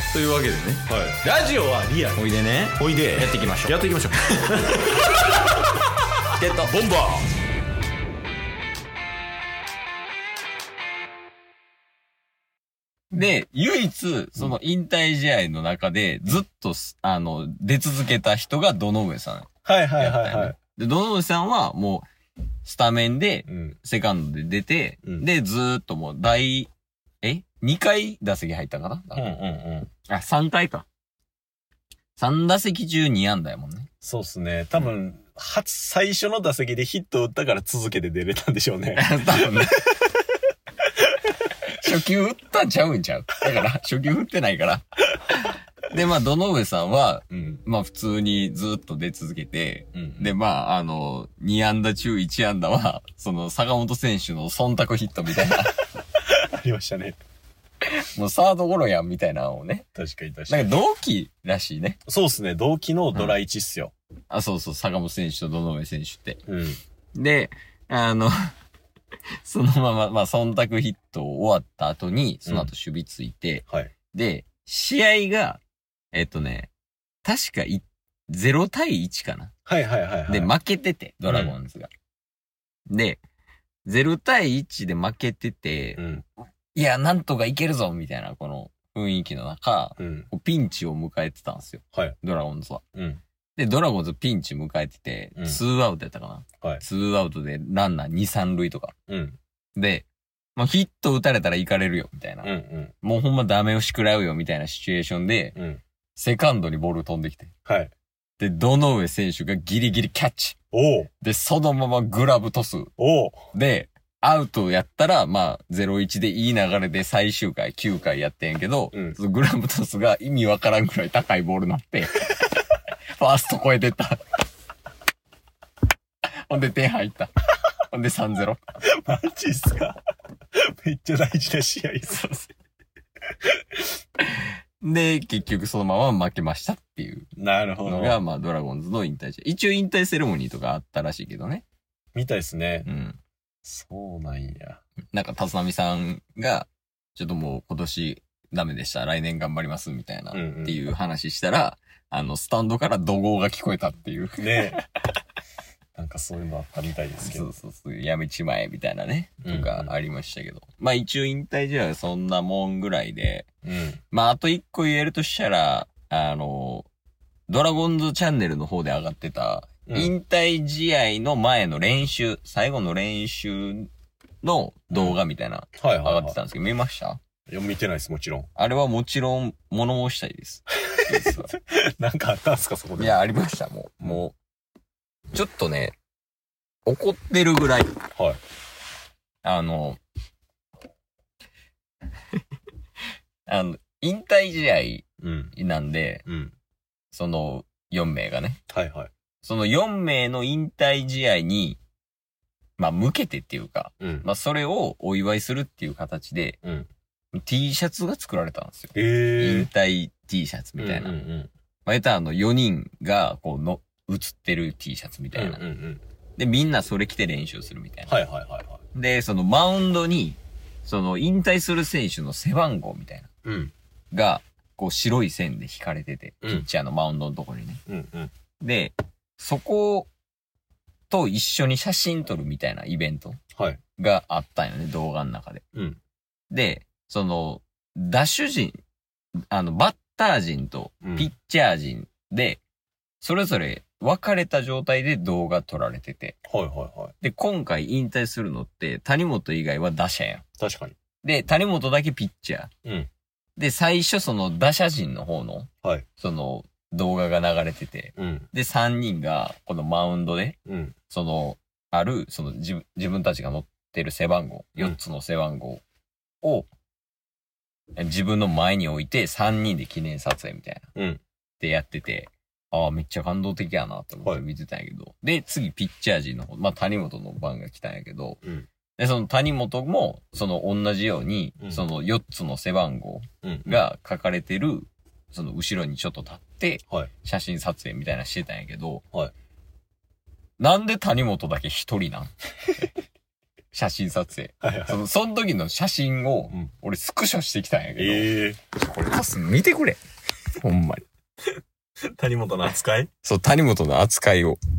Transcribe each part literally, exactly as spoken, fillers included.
というわけでね、 はい、ラジオはリアル。 おいでね、 おいでやっていきましょう。 やっていきましょう。 チケットボンバーで、唯一、その引退試合の中で、ずっと、あの、出続けた人が堂上さん。 はいはいはいはい。 で、堂上さんはもう、スタメンで、 うん、 セカンドで出て、 うん、 で、ずーっともう、第、え ?に 回打席入ったかな、 うんうんうん。 あ、さんかいか。さん打席中に安打やもんね。 そうっすね。多分、うん、初、最初の打席でヒット打ったから続けて出れたんでしょうね。 多分ね。初球打ったんちゃうんちゃう。だから、初球打ってないから。で、まあ、堂上さんは、うん、まあ、普通にずっと出続けて、うん、で、まあ、あの、に安打中いち安打は、その、坂本選手の忖度ヒットみたいな。 ありましたね。 もうサードゴロやんみたいなのをね。 確かに確かに。 なんか同期らしいね。 そうっすね。同期のドラいちっすよ。 うん、あ、そうそう、坂本選手と堂上選手って。 うん。 で、あの、そのまま、まあ、忖度ヒット終わった後に、その後守備ついて、 うん、はい。 で、試合が、えっとね、確かい、ゼロ対いちかな。 はいはいはい、はい。 で、負けてて、ドラゴンズが。うん、で、ゼロ対いちで負けてて、うん、いや、なんとかいけるぞみたいな、この雰囲気の中、うん、ピンチを迎えてたんですよ。 はい。 ドラゴンズは。 うん。 で、ドラゴンズピンチ迎えてて、うん、ツーアウトやったかな。はい。ツーアウトでランナーに、さん塁とか。うん。で、まあ、ヒット打たれたら行かれるよ、みたいな。うんうん。もうほんまダメをしくらうよ、みたいなシチュエーションで、うん。セカンドにボール飛んできて。はい。で、堂上選手がギリギリキャッチ。 おう。 で、そのままグラブトス。 おう。 で、アウトやったら、まあ、ゼロいちでいい流れで最終回きゅうかいやってんやけど、うん、そのグラブトスが意味わからんくらい高いボールになって、ファースト超えてった。ほんで点入った。ほんで さんたいゼロ。 マジっすか。めっちゃ大事な試合です。 で、結局そのまま負けましたっていう。 なるほど。 のが、まあ、ドラゴンズの引退試合。一応引退セレモニーとかあったらしいけどね。 みたいですね。 うん。 そうなんや。 なんか、立浪さんが、ちょっともう今年ダメでした。来年頑張ります、みたいな、うんうん、っていう話したら、あの、スタンドから怒号が聞こえたっていう。 ねえ。なんかそういうのあったみたいですけど。 そうそうそう、やめちまえ、みたいなね。とかありましたけど。うんうん、まあ一応引退試合はそんなもんぐらいで。うん、まああと一個言えるとしたら、あの、ドラゴンズチャンネルの方で上がってた、引退試合の前の練習、うん、最後の練習の動画みたいな、上がってたんですけど、見ました？ いや、見てないです、もちろん。 あれはもちろん、物申したいです。 なんかあったんすか、そこで。 いや、ありました、もう。もう、ちょっとね、怒ってるぐらい。はい。あの、あの、引退試合なんで、うんうん、そのよん名がね。はいはい。そのよん名の引退試合に、まあ、向けてっていうか、うん、まあ、それをお祝いするっていう形で、うん、T シャツが作られたんですよ。へー。引退 T シャツみたいな。うんうんうん、まあ、言ったらあのよにんがこうの写ってる T シャツみたいな。うんうんうん、で、みんなそれ着て練習するみたいな。はいはいはいはい。で、そのマウンドに、その引退する選手の背番号みたいな。うん。が、こう白い線で引かれてて、ピッチャーのマウンドのところにね。うんうん。で、そこと一緒に写真撮るみたいなイベントがあったんよね、動画の中で。うん。で、その、ダッシュ陣、あの、バッター陣とピッチャー陣で、それぞれ分かれた状態で動画撮られてて。はいはいはい。で、今回引退するのって、谷本以外は打者やん。 確かに。 で、谷本だけピッチャー。うん。で、最初その打者陣の方の、はい。その動画が流れてて、うん。で、さんにんがこのマウンドで、うん。その、ある、その自分、自分たちが乗ってる背番号、よっつの背番号を、自分の前に置いてさんにんで記念撮影みたいな。うん。ってやってて、ああ、めっちゃ感動的やなと思って見てたんやけど、はい、で、次ピッチャー陣の方、まあ谷本の番が来たんやけど、うん、で、その谷本も、その同じように、うん、そのよっつの背番号が書かれてる、その後ろにちょっと立って、はい、写真撮影みたいなしてたんやけど、はい、なんで谷本だけ一人なん写真撮影。 はいはい。 その、その時の写真を、俺スクショしてきたんやけど。 ええー。これパス見てくれ。ほんまに。 谷本の扱い？ そう、谷本の扱いを。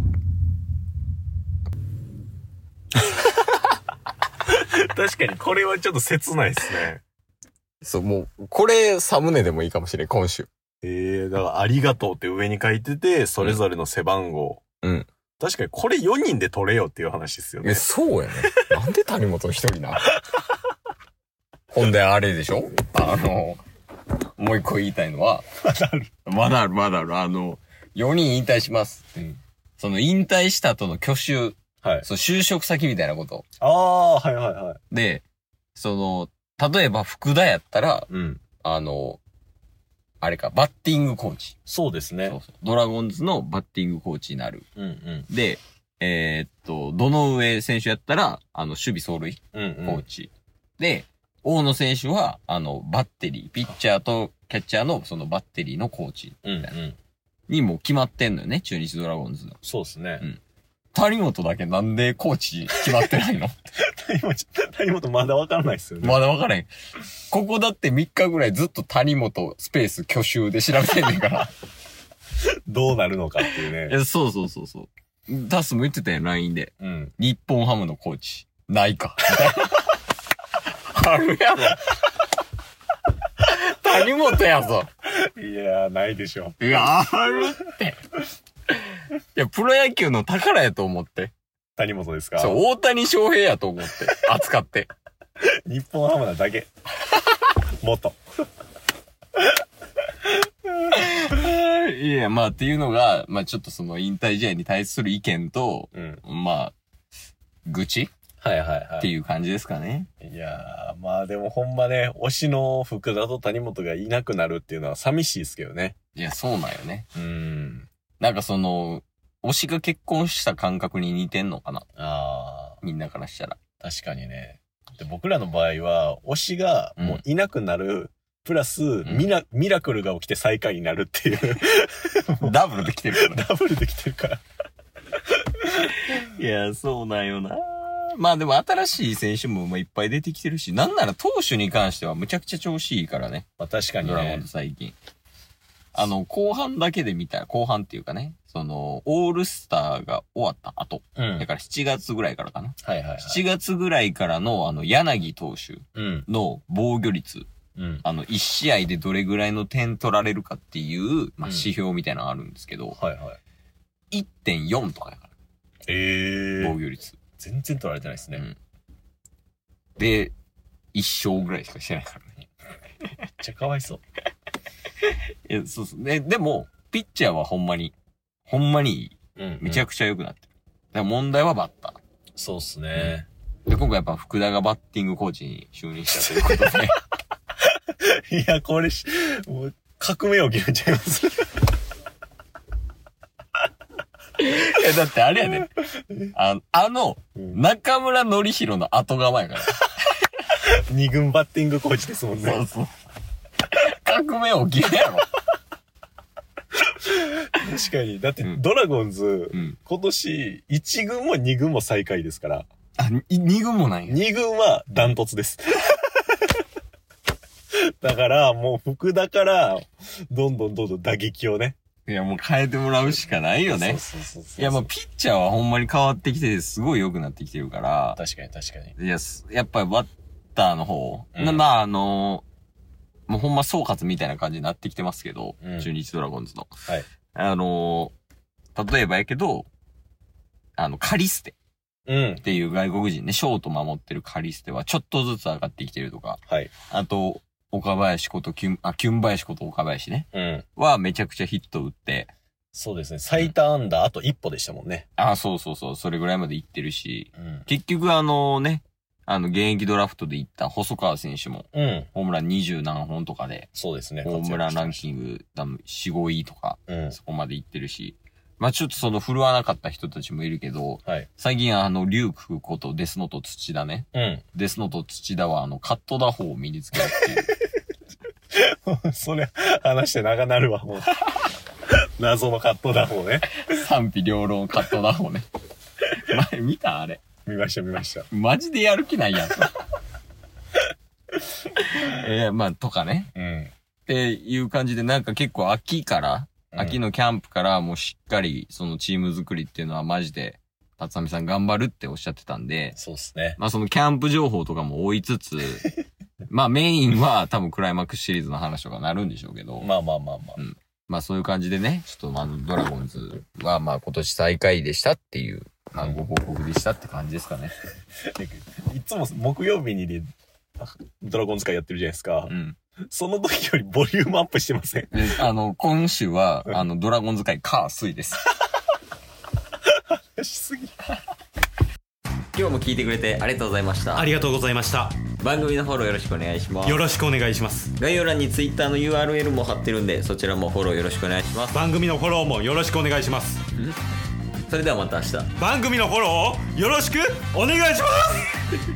確かにこれはちょっと切ないですね。 そう、もう、これサムネでもいいかもしれん、今週。 ええー、だからありがとうって上に書いてて、それぞれの背番号。 うん。 確かにこれよにんで取れよっていう話ですよね。 え、そうやね。なんで谷本一人な。ほんであれでしょあの、もう一個言いたいのは。 まだある。 まだある、まだある。あの、よにん引退します。うん。その引退した後の去就。はい。そう、就職先みたいなこと。 ああ、はいはいはい。 で、その、例えば福田やったら、 うん。 あの、あれか、バッティングコーチ。 そうですね。 そうそう。ドラゴンズのバッティングコーチになる。 うんうん。 で、えー、っと、どの上選手やったら、あの、守備走塁コーチ。うんうん、で、大野選手は、あの、バッテリー、ピッチャーとキャッチャーのそのバッテリーのコーチ。うんうん。にも決まってんのよね、中日ドラゴンズの。 そうですね。うん。 谷本だけなんでコーチ決まってないの？ 谷本、谷本まだわからないっすよね。 まだわからへん。ここだってみっかぐらいずっと谷本スペース去就で調べてんねんから。 どうなるのかっていうね。 いや、そうそうそうそう。タスも言ってたよ、ライン で。うん。日本ハムのコーチ。ないか。あるやろ。谷本やぞ。 いやー、ないでしょ。 いや、あるって。いや、プロ野球の宝やと思って。 谷本ですか？ そう、大谷翔平やと思って。扱って。 日本ハムなだけ。元。 いや、まあっていうのが、まあちょっとその引退試合に対する意見と、うん、まあ、愚痴はいはいはい。 っていう感じですかね。 いやー、まあでもほんまね、推しの福田と谷本がいなくなるっていうのは寂しいですけどね。 いや、そうなんよね。うん。なんかその、推しが結婚した感覚に似てんのかな。ああ。みんなからしたら。 確かにね。で、僕らの場合は、推しがもういなくなる、うん、プラス、うん、ミラ、ミラクルが起きて最下位になるっていう。 ダブルできてるから、 ね。ダブルできてるから。 いや、そうなんよな。まあでも新しい選手もいっぱい出てきてるし、なんなら投手に関してはむちゃくちゃ調子いいからね。 まあ確かにね。 ドラゴンズ最近。あの、後半だけで見たら、後半っていうかね、その、オールスターが終わった後。うん。だからしちがつぐらいからかな。はいはいはい。しちがつぐらいからの、あの、柳投手の防御率。うん。あの、いち試合でどれぐらいの点取られるかっていう、まあ、指標みたいなのがあるんですけど。うん、はいはい。いってんよん とかやから。ええー。防御率。 全然取られてないですね。うん。 で、いっ勝ぐらいしかしてないからね。 めっちゃかわいそう。 いや、そうそう。で、でも、ピッチャーはほんまに、ほんまにいい。うん、うん。めちゃくちゃ良くなってる。だから問題はバッター。 そうっすね、 うん。で、今回やっぱ福田がバッティングコーチに就任したということで。 いや、これし、もう、革命起きるんちゃいます。いや、だってあれやね。あの、あの、中村則弘の後釜やから。 二軍バッティングコーチですもんね。 そうそう。革命起きるやろ。 確かに。だって、ドラゴンズ、うん、今年、いち軍もに軍も最下位ですから。 あ、に軍もないよ。 に軍はダントツです。だから、もう福田から、どんどんどんどん打撃をね。 いや、もう変えてもらうしかないよね。そうそうそうそう。いや、もうピッチャーはほんまに変わってきてて、すごい良くなってきてるから。 確かに確かに。 いや、やっぱりバッターの方。うん、まあ、あのー、もうほんま総括みたいな感じになってきてますけど、うん、中日ドラゴンズの。はい。あのー、例えばやけど、あの、カリステ。うん。っていう外国人ね、ショート守ってるカリステはちょっとずつ上がってきてるとか。はい。あと、岡林ことキュン、あ、キュン林こと岡林ね。うん。はめちゃくちゃヒット打って。 そうですね。最多安打あと一歩でしたもんね。 あ、そうそうそう。それぐらいまで行ってるし。うん。結局あのね、あの、現役ドラフトで行った細川選手も、うん。ホームラン二十何本とかで、 そうですね。 ホームランランキング、よん、ごいとか、うん。そこまで行ってるし、まあちょっとその振るわなかった人たちもいるけど、はい。最近あの、リュークことデスノート土田ね。うん。デスノート土田はあの、カット打法を身につけるっていう。 それ、話して長なるわ、もう。謎のカット打法ね。 賛否両論カット打法ね。前見たあれ。 見ました見ました。 マジでやる気ないやん。えー、まあ、とかね。うん。っていう感じで、なんか結構秋から、うん、秋のキャンプからもうしっかりそのチーム作りっていうのはマジで、辰巳さん頑張るっておっしゃってたんで。 そうですね。 まあそのキャンプ情報とかも追いつつ、まあメインは多分クライマックスシリーズの話とかなるんでしょうけど。 まあまあまあまあ。 うん。まあそういう感じでね、ちょっとあのドラゴンズはまあ今年最下位でしたっていう、まあご報告でしたって感じですかね。 いつも木曜日にね、ドラゴンズ会やってるじゃないですか。うん。その時よりボリュームアップしてません？ あの、今週は、あの、ドラゴンズ会カースイです。 しすぎ。 今日も聞いてくれてありがとうございました。 ありがとうございました。 番組のフォローよろしくお願いします。 よろしくお願いします。 概要欄に Twitter の ユーアールエル も貼ってるんで、そちらもフォローよろしくお願いします。 番組のフォローもよろしくお願いします。 それではまた明日。 番組のフォローをよろしくお願いします。